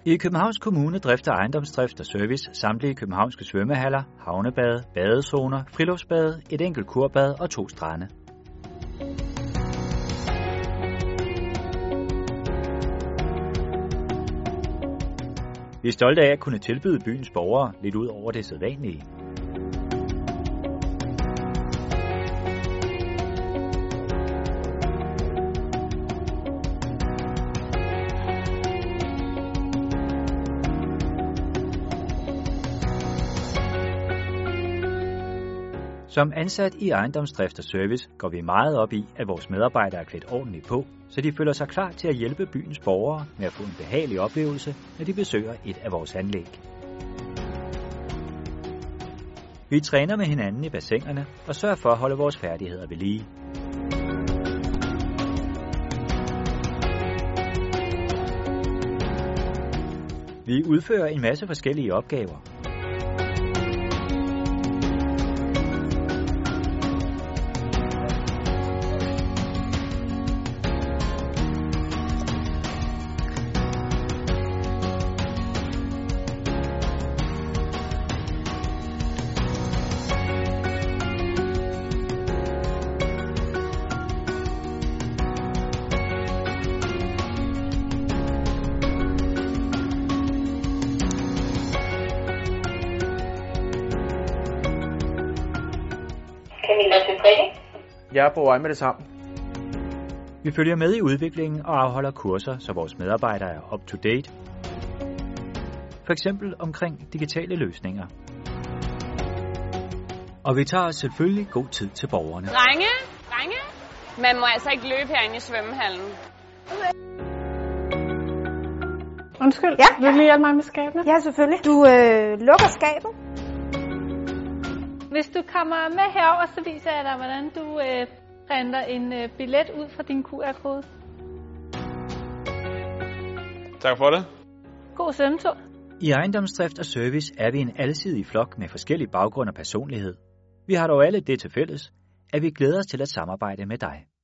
I Københavns Kommune drifter Ejendomsdrift og Service samtlige københavnske svømmehaller, havnebade, badezoner, friluftsbade, et enkelt kurbad og 2 strande. Vi er stolte af at kunne tilbyde byens borgere lidt ud over det sædvanlige. Som ansat i Ejendomsdrift og Service går vi meget op i, at vores medarbejdere er klædt ordentligt på, så de føler sig klar til at hjælpe byens borgere med at få en behagelig oplevelse, når de besøger et af vores anlæg. Vi træner med hinanden i bassinerne og sørger for at holde vores færdigheder ved lige. Vi udfører en masse forskellige opgaver. Jeg er på vej med det samme. Vi følger med i udviklingen og afholder kurser, så vores medarbejdere er up to date. For eksempel omkring digitale løsninger. Og vi tager selvfølgelig god tid til borgerne. Drenge, man må altså ikke løbe herinde i svømmehallen. Undskyld, Ja. vil du lige hjælpe mig med skabene? Ja, selvfølgelig. Du lukker skabet. Hvis du kommer med herover, så viser jeg dig, hvordan du printer en billet ud fra din QR-kode. Tak for det. God svømmetur. I Ejendomsdrift og Service er vi en alsidig flok med forskellig baggrund og personlighed. Vi har dog alle det til fælles, at vi glæder os til at samarbejde med dig.